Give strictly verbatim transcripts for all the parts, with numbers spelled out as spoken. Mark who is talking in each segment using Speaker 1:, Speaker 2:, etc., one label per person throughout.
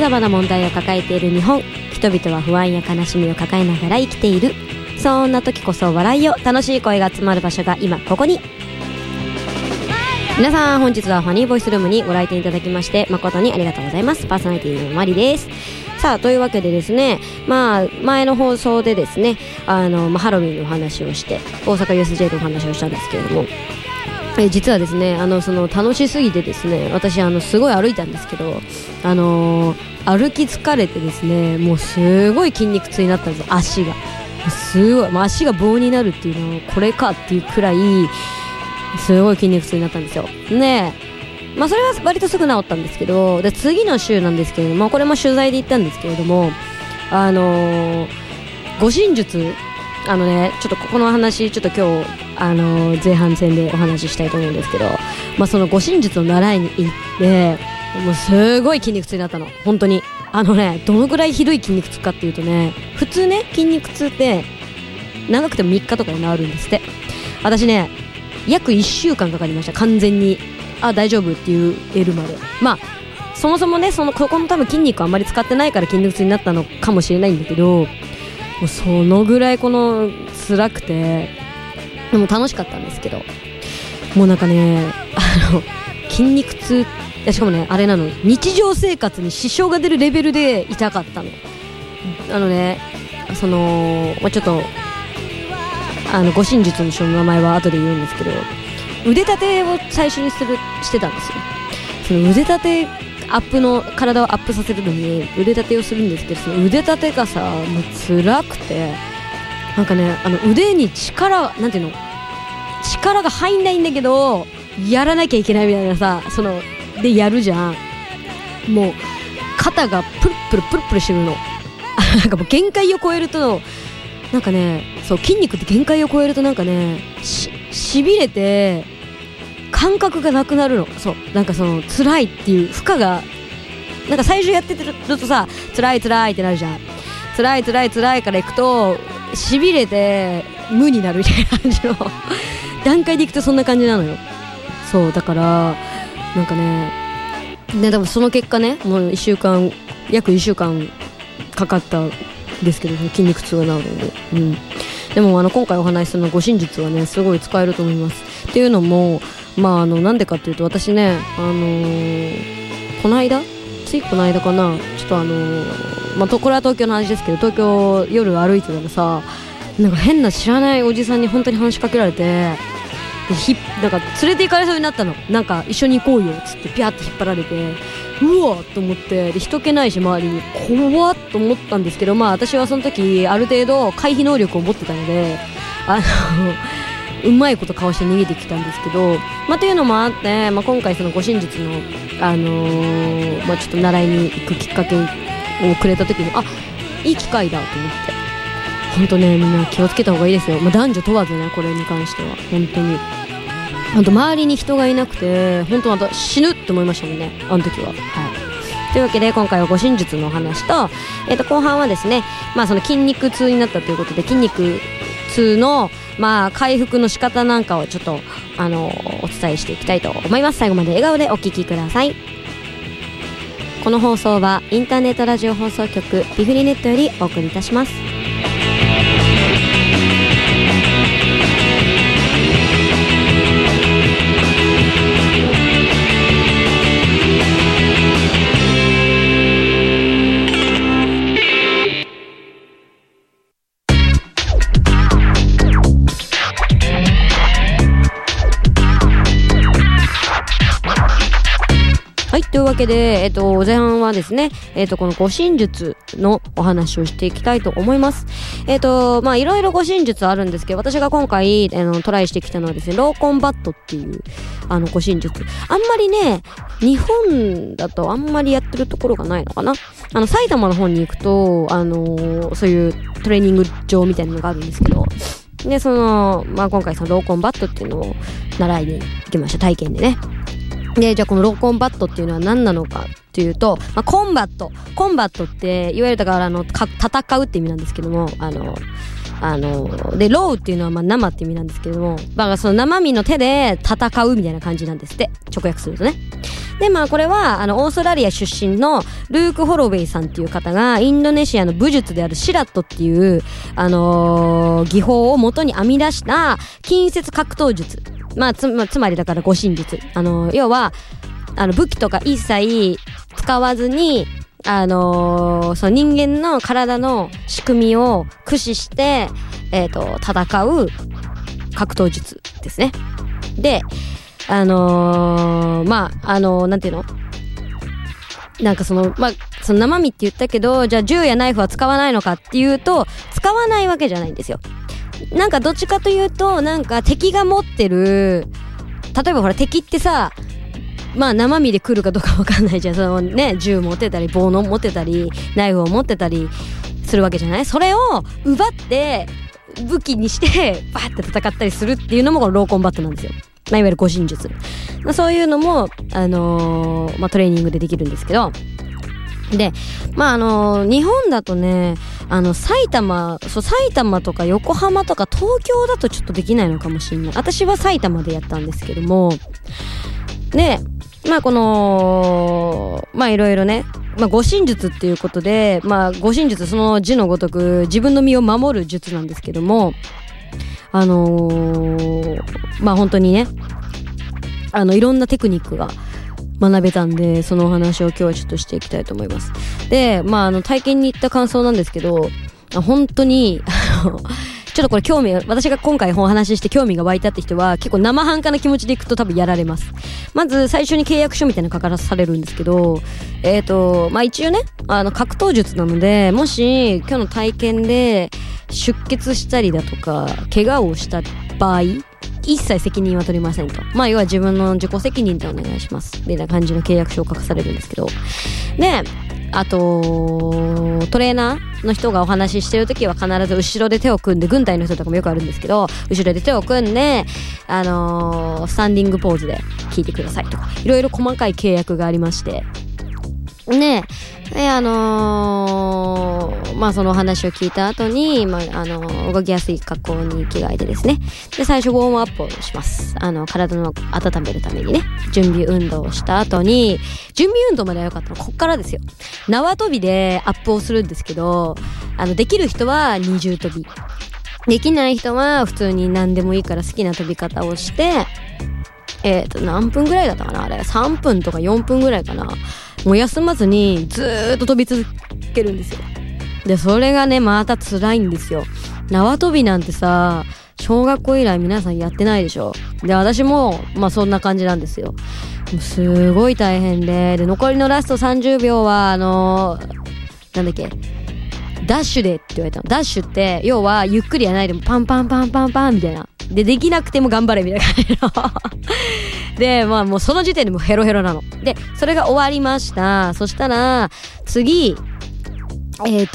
Speaker 1: 々な問題を抱えている日本。人々は不安や悲しみを抱えながら生きている。そんな時こそ笑いを、楽しい声が集まる場所が今ここに。皆さん、本日はファニーボイスルームにご来店いただきまして誠にありがとうございます。パーソナリティのマリです。さあ、というわけでですね、まあ前の放送でですね、あの、まあ、ハロウィンのお話をして、大阪 ユーエスジェー のお話をしたんですけれども、え実はですね、あのその楽しすぎてですね、私あのすごい歩いたんですけど、あのー、歩き疲れてですね、もうすごい筋肉痛になったんですよ。足がすごい、まあ、足が棒になるっていうのはこれかっていうくらいすごい筋肉痛になったんですよ。ねえ、まあそれは割とすぐ治ったんですけど、で次の週なんですけれども、これも取材で行ったんですけれども、あのー、護身術、あのね、ちょっとここの話ちょっと今日あのー、前半戦でお話ししたいと思うんですけど、まあ、その護身術を習いに行って、もうすごい筋肉痛になったの。本当にあのね、どのぐらいひどい筋肉痛かっていうとね、普通ね、筋肉痛って長くてもみっかとかで治るんですって。私ね、約いっしゅうかんかかりました。完全にあ大丈夫って言えるまで。まあそもそもね、そのここの多分筋肉あんまり使ってないから筋肉痛になったのかもしれないんだけど、もうそのぐらいこの辛くて、でも楽しかったんですけど、もうなんかね、あの筋肉痛、しかもね、あれなの、日常生活に支障が出るレベルで痛かったの。あのね、その、まあ、ちょっとあの護身術の人の名前は後で言うんですけど、腕立てを最初にするしてたんですよ。その腕立てアップの体をアップさせるのに腕立てをするんですけど、その腕立てがさ、もう辛くて、なんかね、あの腕に力、なんていうの、力が入んないんだけどやらなきゃいけないみたいなさ、そのでやるじゃん。もう肩がプルプルプルプルしてるのなんかもう限界を超えると、なんかね、そう、筋肉って限界を超えるとなんかね、し、しびれて感覚がなくなるの。そう、なんかその辛いっていう負荷が、なんか最初やってるとさ、辛い辛いってなるじゃん。辛い辛い辛いからいくとしびれて無になるみたいな感じの段階でいくとそんな感じなのよ。そうだからなんかね、ね、でもその結果ね、もういっしゅうかん、約いっしゅうかんかかったんですけど、筋肉痛が治るので、うん、でもあの今回お話しするの護身術はね、すごい使えると思います。っていうのも、まああのなんでかっていうと、私ね、あのー、この間ついこの間かな、ちょっとあのー、まあ、これは東京の話ですけど、東京夜歩いてたらさ、なんか変な知らないおじさんに本当に話しかけられて、でひなんか連れて行かれそうになったの。なんか一緒に行こうよっつってピャーって引っ張られて、うわっと思って、で人気ないし周りに、怖っと思ったんですけど、まあ私はその時ある程度回避能力を持ってたので、あのうまいことかわして逃げてきたんですけど、まあというのもあって、まあ、今回その護身術の、あのーまあ、ちょっと習いに行くきっかけをくれた時に、あ、いい機会だと思って、本当ね、みんな気をつけた方がいいですよ。まあ、男女問わずね、これに関しては本当に、本当周りに人がいなくて、本当私死ぬって思いましたもんね、あの時は。はい。というわけで今回は護身術のお話と、えー、と後半はですね、まあその筋肉痛になったということで、筋肉痛のまあ回復の仕方なんかをちょっとあのお伝えしていきたいと思います。最後まで笑顔でお聞きください。この放送はインターネットラジオ放送局ビフリネットよりお送りいたします。はい、というわけで、えっと、前半はですね、えっと、この護身術のお話をしていきたいと思います。えっと、まあ、いろいろ護身術あるんですけど、私が今回、あの、トライしてきたのはですね、ローコンバットっていう、あの、護身術。あんまりね、日本だとあんまりやってるところがないのかな。あの、埼玉の方に行くと、あの、そういうトレーニング場みたいなのがあるんですけど、で、その、まあ、今回そのローコンバットっていうのを習いに行きました、体験でね。で、じゃあこのローコンバットっていうのは何なのかっていうと、まあ、コンバット。コンバットって、いわゆるだからあの、か、戦うって意味なんですけども、あの、あの、で、ローっていうのはまあ生って意味なんですけども、だからその生身の手で戦うみたいな感じなんですって。直訳するとね。 でまあこれはあのオーストラリア出身のルーク・ホロウェイさんっていう方がインドネシアの武術であるシラットっていう、あのー、技法を元に編み出した近接格闘術、まあ つ, まあ、つまりだから護身術、あのー、要はあの武器とか一切使わずにあのー、その人間の体の仕組みを駆使して、えっと、戦う格闘術ですね。で、あのー、まあ、あのー、なんていうの？なんかその、まあ、その生身って言ったけど、じゃあ銃やナイフは使わないのかっていうと、使わないわけじゃないんですよ。なんかどっちかというと、なんか敵が持ってる、例えばほら敵ってさ、まあ生身で来るかどうか分かんないじゃん。そのね、銃持ってたり棒の持ってたりナイフを持ってたりするわけじゃない。それを奪って武器にしてバーって戦ったりするっていうのもこのローコンバットなんですよ。まあ、いわゆる護身術、まあ、そういうのもあのー、まあトレーニングでできるんですけど、でまああのー、日本だとね、あの埼玉そう埼玉とか横浜とか東京だとちょっとできないのかもしれない。私は埼玉でやったんですけども、でまあこのまあいろいろね、まあ護身術っていうことで、まあ護身術その字のごとく自分の身を守る術なんですけども、あのー、まあ本当にね、あのいろんなテクニックが学べたんで、そのお話を今日はちょっとしていきたいと思います。で、まああの体験に行った感想なんですけど、本当にあのちょっとこれ興味、私が今回お話しして興味が湧いたって人は結構生半可な気持ちでいくと多分やられます。まず最初に契約書みたいなの書かされるんですけど、えーと、まあ一応ね、あの格闘術なので、もし今日の体験で出血したりだとか怪我をした場合、一切責任は取りませんと。まあ要は自分の自己責任でお願いしますみたいな感じの契約書を書かされるんですけど、であとトレーナーの人がお話ししてるときは必ず後ろで手を組んで、軍隊の人とかもよくあるんですけど、後ろで手を組んで、あのー、スタンディングポーズで聞いてくださいとか、いろいろ細かい契約がありまして、ねで、あのー、まあその話を聞いた後に、まああのー、動きやすい格好に着替えてですね、で最初ウォームアップをします。あの体の温めるためにね、準備運動をした後に、準備運動までは良かったのこっからですよ。縄跳びでアップをするんですけど、あのできる人は二重跳び、できない人は普通に何でもいいから好きな跳び方をして、えっと何分ぐらいだったかな、あれさんぷんとかよんぷんぐらいかな、もう休まずにずーっと飛び続けるんですよ。でそれがねまた辛いんですよ。縄跳びなんてさ、小学校以来皆さんやってないでしょ。で私もまあそんな感じなんですよ。もうすごい大変で、で残りのラストさんじゅうびょうはあのー、なんだっけダッシュでって言われたの。ダッシュって要はゆっくりやないでもパンパンパンパンパンみたいなで、できなくても頑張れみたいな感じので、まあもうその時点でもうヘロヘロなので、それが終わりました。そしたら次えー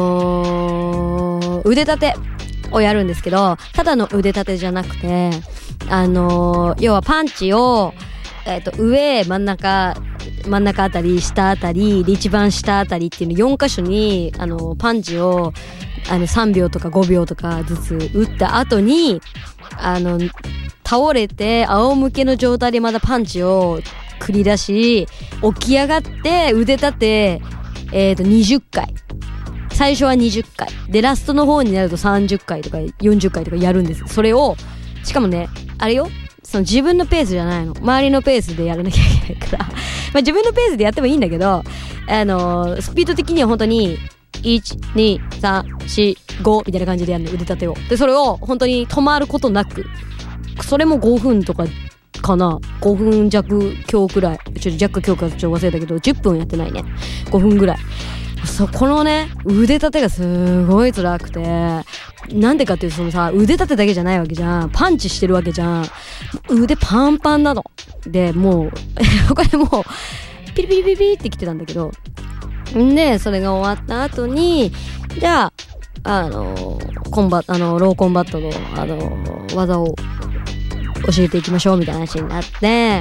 Speaker 1: と腕立てをやるんですけど、ただの腕立てじゃなくて、あのー、要はパンチをえーと上真ん中真ん中あたり下あたりで一番下あたりっていうのよん箇所にあのパンチをあのさんびょうとかごびょうとかずつ打った後に、あの倒れて仰向けの状態でまたパンチを繰り出し、起き上がって腕立てえーとにじゅっかい、最初はにじゅっかいでラストの方になるとさんじゅっかいとかよんじゅっかいとかやるんです。それをしかもねあれよ、その自分のペースじゃないの、周りのペースでやらなきゃいけないからまあ自分のペースでやってもいいんだけど、あのー、スピード的には本当にいち、に、さん、よん、ごみたいな感じでやるの、腕立てを。でそれを本当に止まることなく、それもごふんとかかな、ごふん弱強くらい、ちょっと弱強かちょっと忘れたけどじゅっぷんやってないね、ごふんぐらい。そこのね腕立てがすごい辛くて、なんでかっていうと、そのさ腕立てだけじゃないわけじゃん、パンチしてるわけじゃん、腕パンパンなので、もうこれもうピリピリピリピリってきてたんだけど、んでそれが終わった後に、じゃああのコンバあのローコンバットのあの技を教えていきましょうみたいな話になって、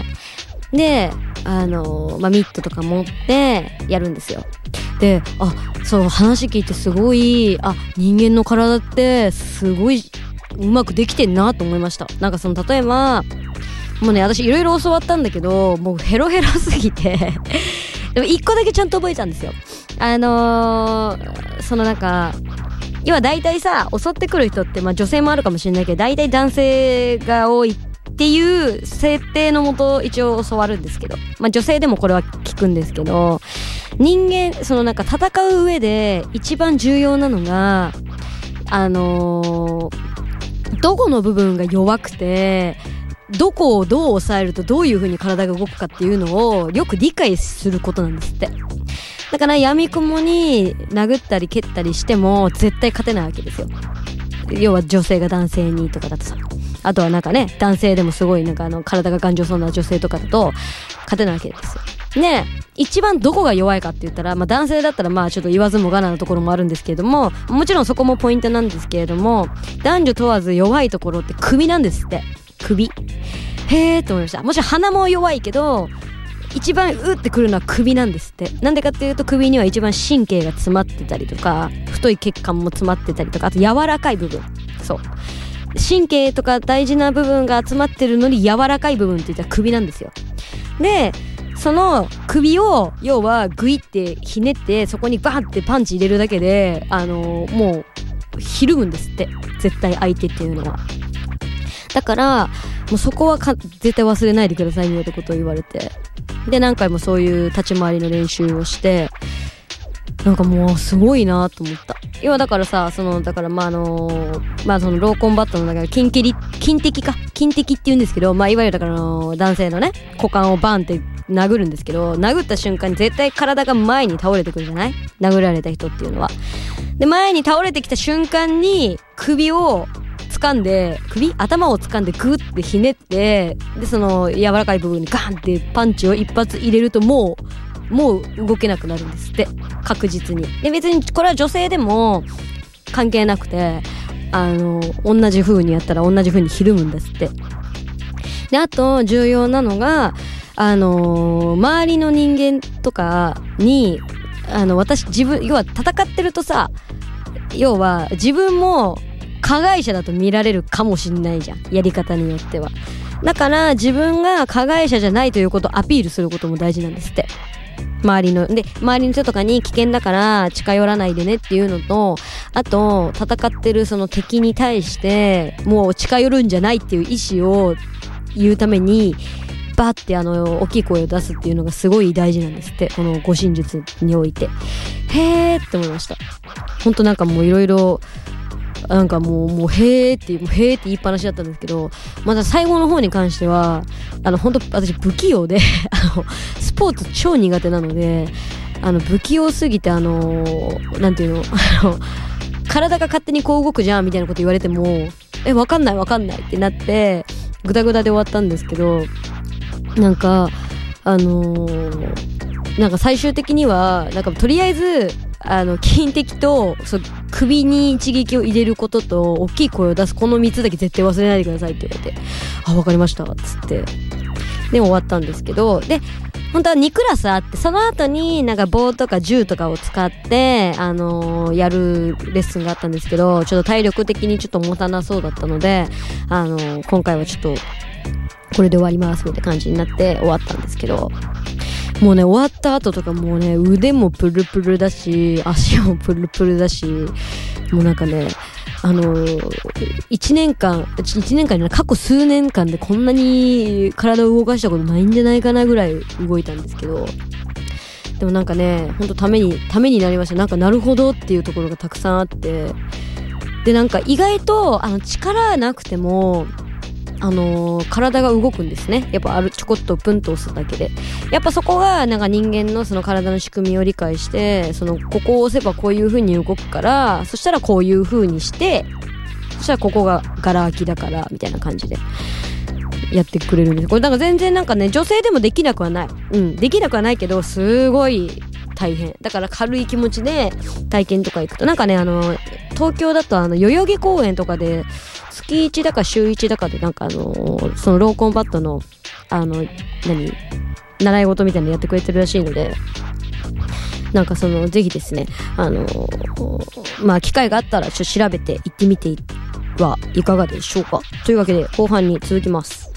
Speaker 1: であのまあミットとか持ってやるんですよ。で、あ、そう話聞いてすごい、あ、人間の体ってすごいうまくできてんなと思いました。なんかその例えばもうね私いろいろ教わったんだけどもうヘロヘロすぎてでも一個だけちゃんと覚えたんですよ。あのー、そのなんか要は大体さ襲ってくる人って、まあ、女性もあるかもしれないけど大体男性が多いっていう設定のもと一応教わるんですけど、まあ、女性でもこれは聞くんですけど、人間そのなんか戦う上で一番重要なのがあのー、どこの部分が弱くてどこをどう抑えるとどういう風に体が動くかっていうのをよく理解することなんですって。だから闇雲に殴ったり蹴ったりしても絶対勝てないわけですよ。要は女性が男性にとかだとさ、あとはなんかね男性でもすごいなんかあの体が頑丈そうな女性とかだと勝てないわけですよね。一番どこが弱いかって言ったら、まあ、男性だったらまあちょっと言わずもがなのところもあるんですけれども、もちろんそこもポイントなんですけれども、男女問わず弱いところって首なんですって。首。へーって思いました。もちろん鼻も弱いけど一番うってくるのは首なんですって。なんでかっていうと首には一番神経が詰まってたりとか太い血管も詰まってたりとか、あと柔らかい部分、そう神経とか大事な部分が集まってるのに柔らかい部分って言ったら首なんですよ。でその首を要はグイってひねってそこにバーンってパンチ入れるだけであのー、もうひるむんですって、絶対相手っていうのは。だからもうそこはか絶対忘れないでくださいよってことを言われて、で何回もそういう立ち回りの練習をして、なんかもうすごいなと思った。要はだからさ、そのだからまああのー、まあそのローコンバットの中で筋蹴り筋的か筋的って言うんですけど、まあいわゆるだからの男性のね股間をバンって殴るんですけど、殴った瞬間に絶対体が前に倒れてくるじゃない、殴られた人っていうのは。で前に倒れてきた瞬間に首を掴んで首頭を掴んでグッてひねって、でその柔らかい部分にガンってパンチを一発入れるともうもう動けなくなるんですって、確実に。で別にこれは女性でも関係なくて、あの同じ風にやったら同じ風にひるむんですって。であと重要なのがあのー、周りの人間とかにあの私自分要は戦ってるとさ、要は自分も加害者だと見られるかもしんないじゃん、やり方によっては。だから自分が加害者じゃないということをアピールすることも大事なんですって。周りので周りの人とかに危険だから近寄らないでねっていうのと、あと戦ってるその敵に対してもう近寄るんじゃないっていう意思を言うためにバッてあの大きい声を出すっていうのがすごい大事なんですって、この護身術において。へーって思いました。ほんとなんかもういろいろなんかもうもうへーってもうへーって言いっぱなしだったんですけど、また最後の方に関してはあの本当私不器用であのスポーツ超苦手なので、あの不器用すぎてあのなんていうのあの体が勝手にこう動くじゃんみたいなこと言われてもえわかんないわかんないってなってグダグダで終わったんですけど、なんかあのー、なんか最終的にはなんかとりあえずあの筋的とそう首に一撃を入れることと大きい声を出すこのみっつだけ絶対忘れないでくださいって言われて、あわかりましたっつってで終わったんですけど、で本当はにクラスあって、その後になんか棒とか銃とかを使ってあのー、やるレッスンがあったんですけど、ちょっと体力的にちょっと持たなそうだったので、あのー、今回はちょっとこれで終わりますみたいな感じになって終わったんですけど、もうね終わった後とかもうね腕もプルプルだし足もプルプルだし、もうなんかねあのー、いちねんかんいちねんかんに過去数年間でこんなに体を動かしたことないんじゃないかなぐらい動いたんですけど、でもなんかねほんとためにためになりました。なんかなるほどっていうところがたくさんあって、でなんか意外とあの力なくてもあのー、体が動くんですね。やっぱあるちょこっとプンと押すだけで、やっぱそこがなんか人間のその体の仕組みを理解して、そのここを押せばこういう風に動くから、そしたらこういう風にして、そしたらここがガラ空きだからみたいな感じでやってくれるんです。これなんか全然なんかね女性でもできなくはない、うんできなくはないけどすごい大変だから、軽い気持ちで体験とか行くとなんかねあの東京だとあの代々木公園とかで月いちだか週いちだかでなんかあのー、そのローコンバットのあの何習い事みたいなのやってくれてるらしいので、なんかそのぜひですねあのー、まあ機会があったらちょっと調べて行ってみてはいかがでしょうか。というわけで後半に続きます。